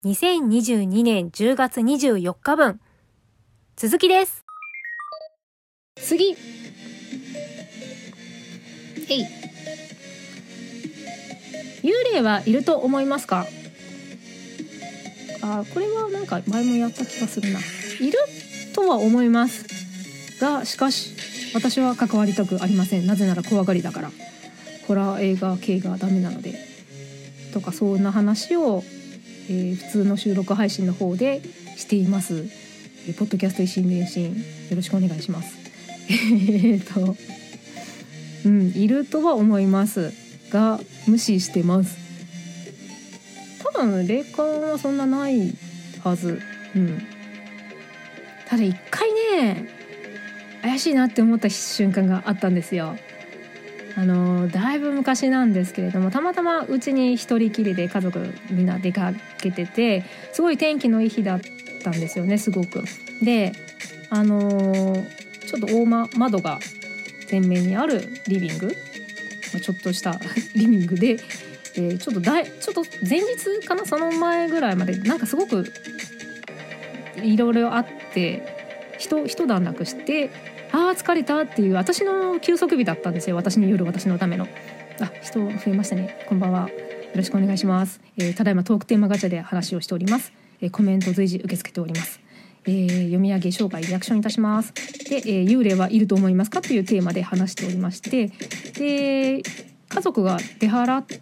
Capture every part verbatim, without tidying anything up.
にせんにじゅうにねんじゅうがつにじゅうよっかぶん、続きです。 次。えい。幽霊はいると思いますか？あ、これはなんか前もやった気がするな。いるとは思いますが、しかし私は関わりたくありません。なぜなら怖がりだから。ホラー映画系がダメなのでとか、そんな話を、えー、普通の収録配信の方でしています。えー、ポッドキャスト一心伝心、よろしくお願いします。えっとうんいるとは思いますが無視してます。多分霊感はそんなないはず。うん。ただ一回ね、怪しいなって思った瞬間があったんですよ。あのだいぶ昔なんですけれども、たまたまうちに一人きりで家族みんな出かけてて、すごい天気のいい日だったんですよね、すごく。で、あのちょっと大、ま、窓が前面にあるリビング、まあ、ちょっとしたリビングで、えー、ちょっとだいちょっと前日かな、その前ぐらいまでなんかすごくいろいろあって人一段落して、あー疲れたっていう私の休息日だったんですよ。私による私のための。あ、人増えましたね。こんばんは、よろしくお願いします。えー、ただいまトークテーマガチャで話をしております。えー、コメント随時受け付けております。えー、読み上げ紹介リアクションいたします。で、えー、幽霊はいると思いますかというテーマで話しておりまして、で家族が出払って、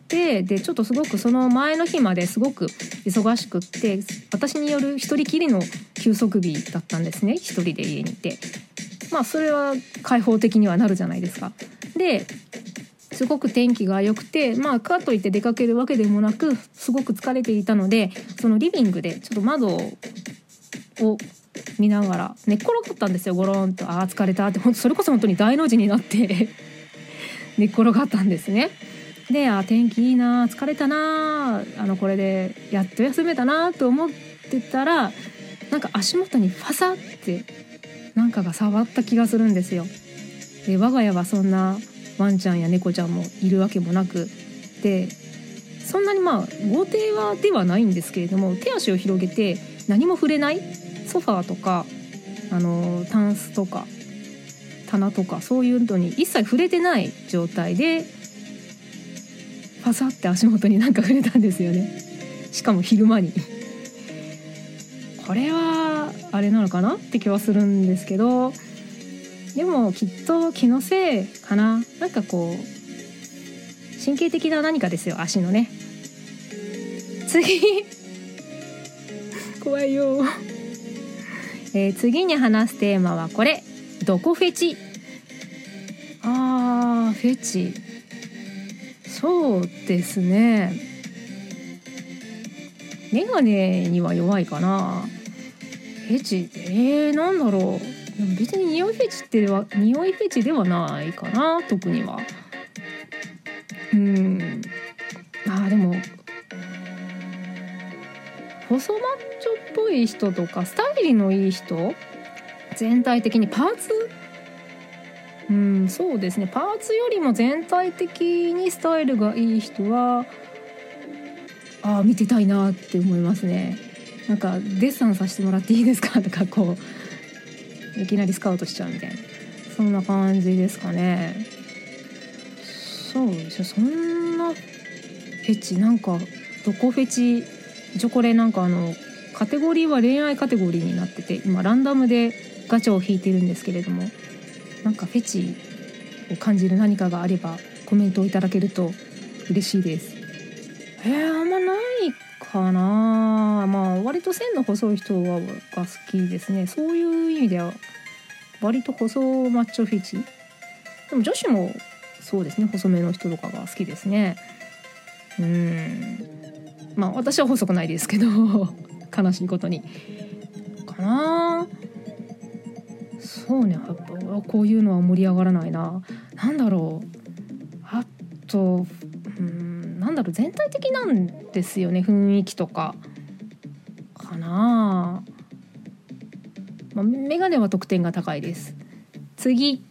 でちょっとすごくその前の日まですごく忙しくって、私による一人きりの休息日だったんですね。一人で家にいて、まあそれは開放的にはなるじゃないですか。ですごく天気が良くて、まあかといって出かけるわけでもなく、すごく疲れていたので、そのリビングでちょっと窓を見ながら寝っ転がったんですよ。ゴロンと、あー疲れたって、ほんとそれこそ本当に大の字になって寝っ転がったんですね。で、あ、天気いいな、疲れたな、あのこれでやっと休めたなと思ってたら、なんか足元にファサってなんかが触った気がするんですよ。で、我が家はそんなワンちゃんや猫ちゃんもいるわけもなくで、そんなにまあ豪邸はではないんですけれども、手足を広げて何も触れないソファーとか、あのタンスとか棚とか、そういうのに一切触れてない状態でパサって足元になんか触れたんですよね。しかも昼間にこれはあれなのかなって気はするんですけど、でもきっと気のせいかな。なんかこう神経的な何かですよ、足のね。次怖いよ、えー、次に話すテーマはこれ、どこフェチ。あー、フェチ、そうですね、メガネには弱いかな。フェチ、えー、なんだろう。でも別に匂いフェチっては匂いフェチではないかな、特には。うん、あーでも細マッチョっぽい人とかスタイルのいい人、全体的にパーツ、うん、そうですね、パーツよりも全体的にスタイルがいい人はあー見てたいなって思いますね。なんかデッサンさせてもらっていいですかとか、こういきなりスカウトしちゃうみたいな、そんな感じですかね。そうですよ、そんなフェチ、なんかどこフェチ、一応これなんかあのカテゴリーは恋愛カテゴリーになってて、今ランダムでガチャを引いてるんですけれども、なんかフェチを感じる何かがあればコメントをいただけると嬉しいです。えー、あんまないかな。まあ割と線の細い人はが好きですね。そういう意味では割と細マッチョフェチ。でも女子もそうですね、細めの人とかが好きですね。うーん、まあ私は細くないですけど悲しいことにかな。そうね、やっぱこういうのは盛り上がらないな。なんだろう、あと、うーん、なんだろう、全体的なんですよね、雰囲気とかかな。まあ、メガネは得点が高いです。次、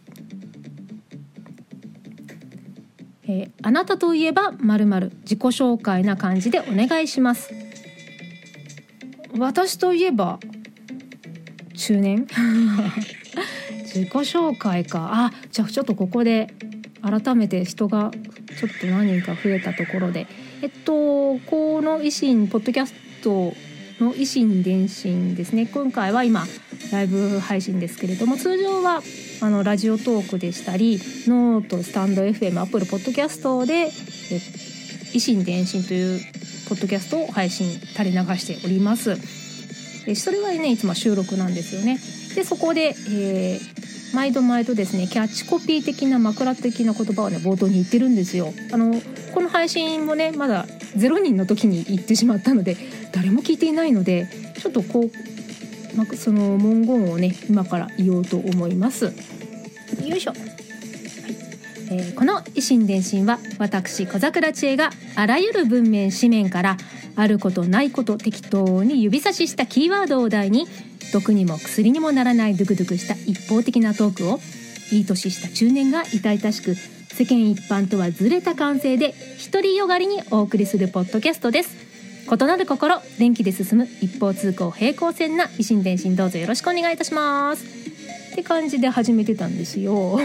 えー、あなたといえば〇〇、自己紹介な感じでお願いします。 私といえば中年自己紹介か。あ、じゃあちょっとここで改めて人がちょっと何人か増えたところで、えっとこの維新ポッドキャストの維新伝心ですね。今回は今ライブ配信ですけれども、通常はあのラジオトークでしたり、ノート、スタンド エフエム、アップルポッドキャストでえ維新伝心というポッドキャストを配信垂れ流しております。えそれはねいつも収録なんですよね。でそこで、えー、毎度毎度ですねキャッチコピー的な枕的な言葉をね冒頭に言ってるんですよ。あのこの配信もねまだゼロにんの時に言ってしまったので誰も聞いていないので、ちょっとこう、ま、その文言をね今から言おうと思います。よいしょ、はい。えー、この維新伝心は私小桜知恵があらゆる文面紙面からあることないこと適当に指差ししたキーワードを題に毒にも薬にもならないドゥクドゥクした一方的なトークをいい年した中年が痛々しく世間一般とはずれた感性で独りよがりにお送りするポッドキャストです。異なる心、電気で進む一方通行平行線な維新伝心、どうぞよろしくお願いいたしますって感じで始めてたんですよ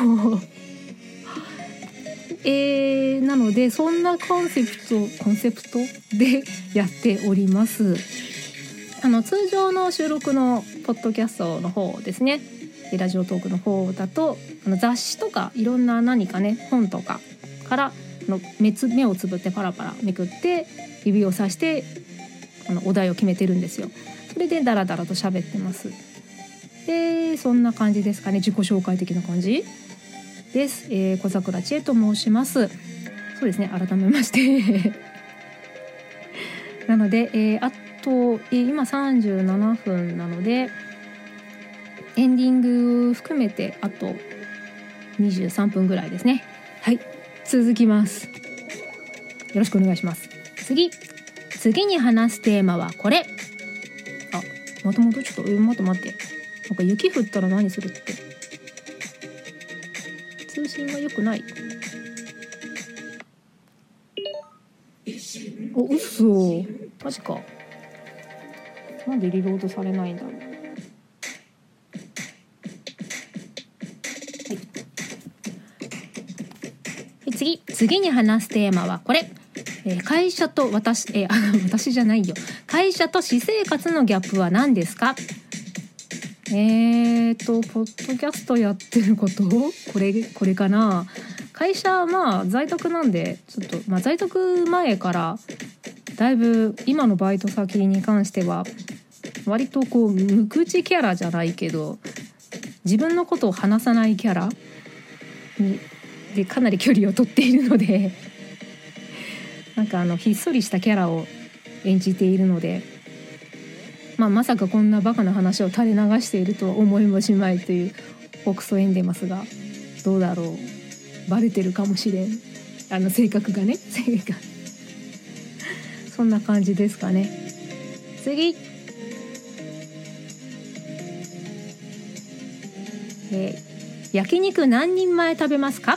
えー、なのでそんなコンセプトコンセプトでやっております。あの通常の収録のポッドキャストの方ですね、ラジオトークの方だとあの雑誌とかいろんな何かね本とかからの 目, つ目をつぶってパラパラめくって指をさしてあのお題を決めてるんですよ。それでダラダラと喋ってます。でそんな感じですかね。自己紹介的な感じです。えー、小桜知恵と申します。そうですね、改めましてなので、えー、あと、えー、今さんじゅうななふんなのでエンディング含めてあとにじゅうさんぷんぐらいですね。はい、続きます。よろしくお願いします。次次に話すテーマはこれ。あ、またまたちょっと待って待って、なんか雪降ったら何するって、通信が良くない。お、うっそ、マジか。なんでリロードされないんだろう。次次に話すテーマはこれ。えー、会社と私、えー、私じゃないよ。会社と私生活のギャップは何ですか？えーとポッドキャストやってることこれこれかな。会社まあ在宅なんでちょっと、まあ、在宅前からだいぶ今のバイト先に関しては割とこう無口キャラじゃないけど自分のことを話さないキャラにでかなり距離を取っているのでなんかあのひっそりしたキャラを演じているので、まあ、まさかこんなバカな話を垂れ流しているとは思いもしまいというほくそ笑んでますが、どうだろう、バレてるかもしれん、あの性格がね性格そんな感じですかね。次、えー、焼肉何人前食べますか？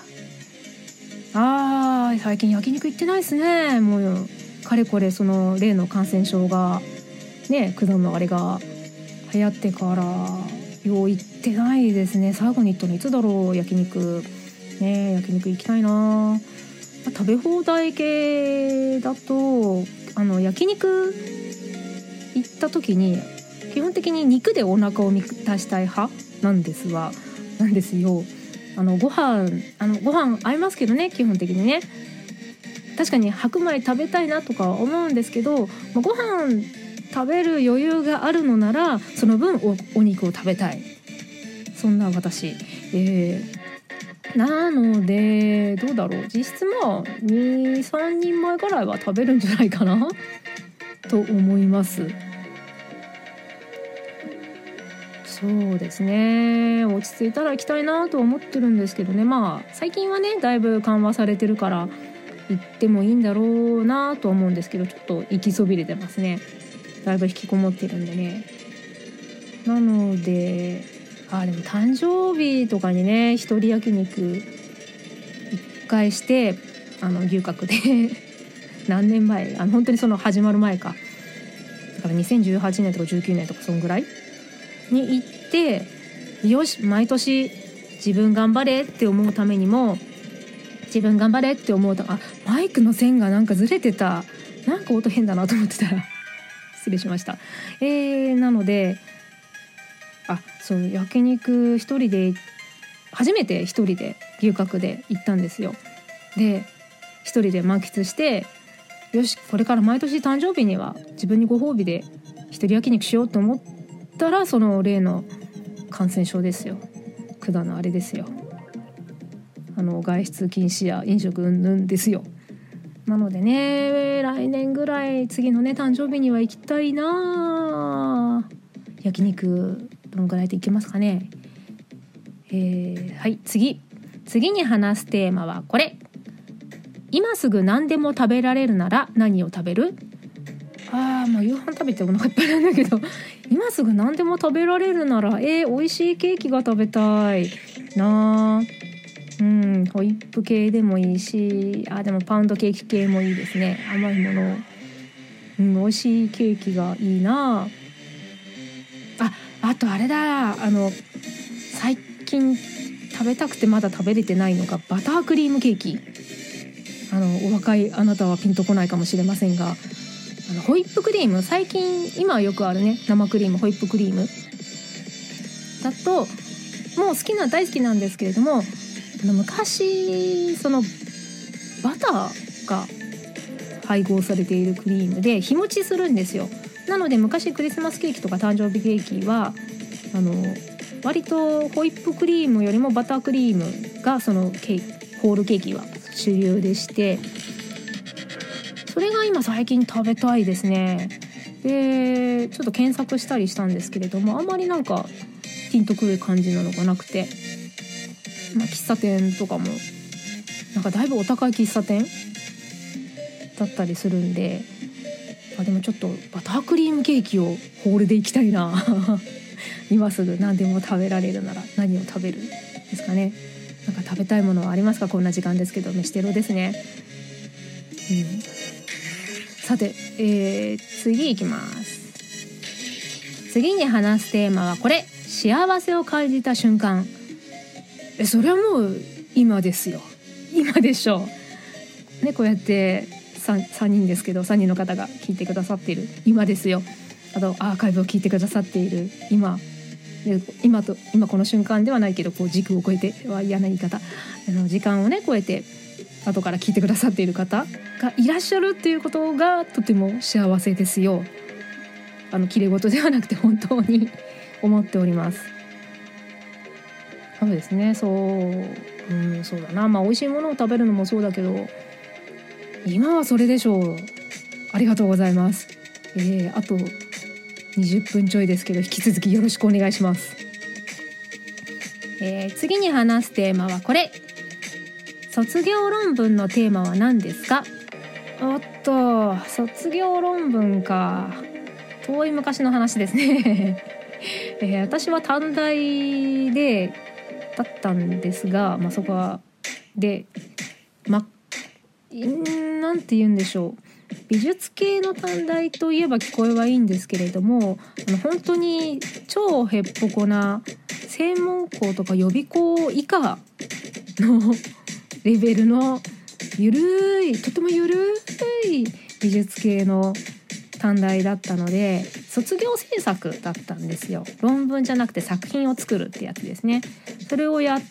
あー、最近焼肉行ってないですね。もうかれこれその例の感染症がね、果物あれが流行ってからよう行ってないですね。最後に行ったのいつだろう。焼肉ね、焼肉行きたいな。食べ放題系だとあの焼肉行った時に基本的に肉でお腹を満たしたい派なんですわなんですよ。あのご飯あのご飯合いますけどね、基本的にね。確かに白米食べたいなとか思うんですけど、ご飯食べる余裕があるのならその分 お, お肉を食べたい、そんな私、えー、なのでどうだろう、実質まあにさんにんまえぐらいは食べるんじゃないかなと思います。そうですね、落ち着いたら行きたいなと思ってるんですけどね。まあ最近はねだいぶ緩和されてるから行ってもいいんだろうなと思うんですけど、ちょっと行きそびれてますね。だいぶ引きこもってるんでね。なのであでも誕生日とかにね一人焼肉一回してあの牛角で何年前あの本当にその始まる前かからにせんじゅうはちねんとかじゅうきゅうねんとかそんぐらいに行って、よし毎年自分頑張れって思うためにも自分頑張れって思うと、あマイクの線がなんかずれてた、なんか音変だなと思ってたら失礼しました。えー、なのであそう焼肉一人で初めて一人で牛角で行ったんですよ。で一人で満喫して、よしこれから毎年誕生日には自分にご褒美で一人焼肉しようと思ったら、その例の感染症ですよ。管のあれですよ。あの外出禁止や飲食云々ですよ。なのでね、来年ぐらい次のね誕生日には行きたいな。焼肉どのぐらいで行けますかね。えー、はい次次に話すテーマはこれ。今すぐ何でも食べられるなら何を食べる？あー、まあ夕飯食べてお腹いっぱいなんだけど今すぐ何でも食べられるならえー、美味しいケーキが食べたいな。うんホイップ系でもいいし、あでもパウンドケーキ系もいいですね。甘いもの、うん、美味しいケーキがいいなあ。あとあれだ、あの最近食べたくてまだ食べれてないのがバタークリームケーキ。あのお若いあなたはピンとこないかもしれませんが、あのホイップクリーム、最近今はよくあるね生クリームホイップクリームだともう好きな大好きなんですけれども、あの昔そのバターが配合されているクリームで日持ちするんですよ。なので昔クリスマスケーキとか誕生日ケーキはあの割とホイップクリームよりもバタークリームがそのケーキホールケーキは主流でして、それが今最近食べたいですね。でちょっと検索したりしたんですけれども、あんまりなんかピンとくる感じなのがなくて、まあ、喫茶店とかもなんかだいぶお高い喫茶店だったりするんで、あでもちょっとバタークリームケーキをホールで行きたいな今すぐ何でも食べられるなら何を食べるですかね。なんか食べたいものはありますか？こんな時間ですけど飯テロですね。うん、さて、えー、次いきます。次に話すテーマはこれ。幸せを感じた瞬間。えそれはもう今ですよ。今でしょうね。こうやって 3, さんにんですけどさんにんの方が聞いてくださっている今ですよ。あとアーカイブを聞いてくださっている今で、今と今この瞬間ではないけどこう時空を超えては嫌な言い方、あの時間をね超えて後から聞いてくださっている方がいらっしゃるっていうことがとても幸せですよ。あの綺麗事ではなくて本当に思っております。そうですね、そう、うん、そうだな。まあ美味しいものを食べるのもそうだけど今はそれでしょう。ありがとうございます。えー、あとにじゅっぷんちょいですけど引き続きよろしくお願いします。えー、次に話すテーマはこれ。卒業論文のテーマは何ですか？おっと卒業論文か、遠い昔の話ですね、えー、私は短大でだったんですが、まあ、そこはでまなんて言うんでしょう、美術系の短大といえば聞こえはいいんですけれども、あの本当に超へっぽこな専門校とか予備校以下のレベルのゆるい、とてもゆるい美術系の短大だったので、卒業制作だったんですよ。論文じゃなくて作品を作るってやつですね。それをやって、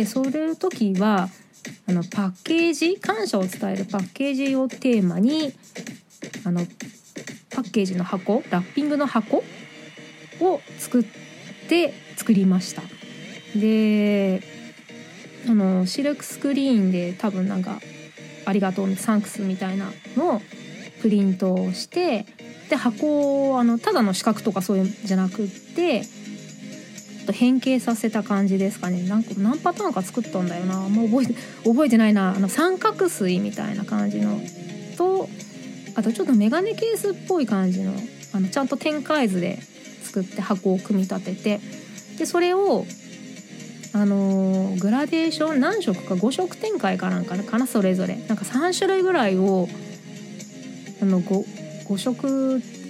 それの時はあのパッケージ、感謝を伝えるパッケージをテーマに、あのパッケージの箱、ラッピングの箱を作って作りました。であのシルクスクリーンで多分なんかありがとうサンクスみたいなのをプリントをして、で箱をあのただの四角とかそういうんじゃなくって変形させた感じですかね。何個何パターンか作ったんだよな、もう覚えて覚えてないな。あの三角錐みたいな感じのと、あとちょっとメガネケースっぽい感じの、あのちゃんと展開図で作って箱を組み立てて、でそれをあのー、グラデーション何色かご色展開かなんかかな、それぞれなんかさん種類ぐらいをあの 5, 5色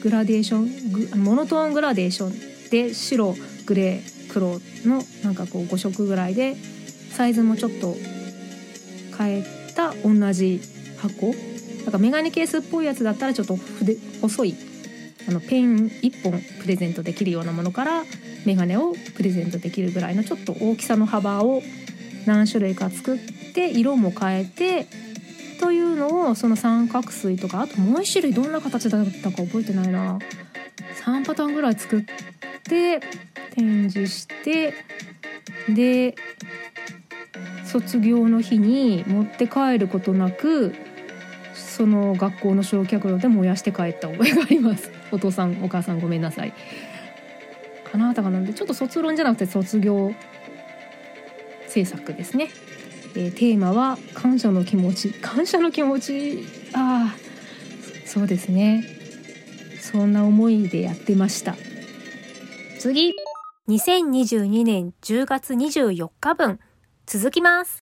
グラデーショングモノトーングラデーションで白グレー黒のなんかこうご色ぐらいでサイズもちょっと変えた同じ箱なんかメガネケースっぽいやつだったらちょっと筆細いあのペンいっぽんプレゼントできるようなものからメガネをプレゼントできるぐらいのちょっと大きさの幅を何種類か作って色も変えてというのをその三角錐とかあともう一種類どんな形だったか覚えてないなさんパターンぐらい作って展示してで卒業の日に持って帰ることなくその学校の焼却炉で燃やして帰った覚えがあります。お父さんお母さんごめんなさいかなたかなんでちょっと卒論じゃなくて卒業制作ですね、えー、テーマは感謝の気持ち感謝の気持ちああそうですねそんな思いでやってました。 次にせんにじゅうにねんじゅうがつにじゅうよっかぶん続きます。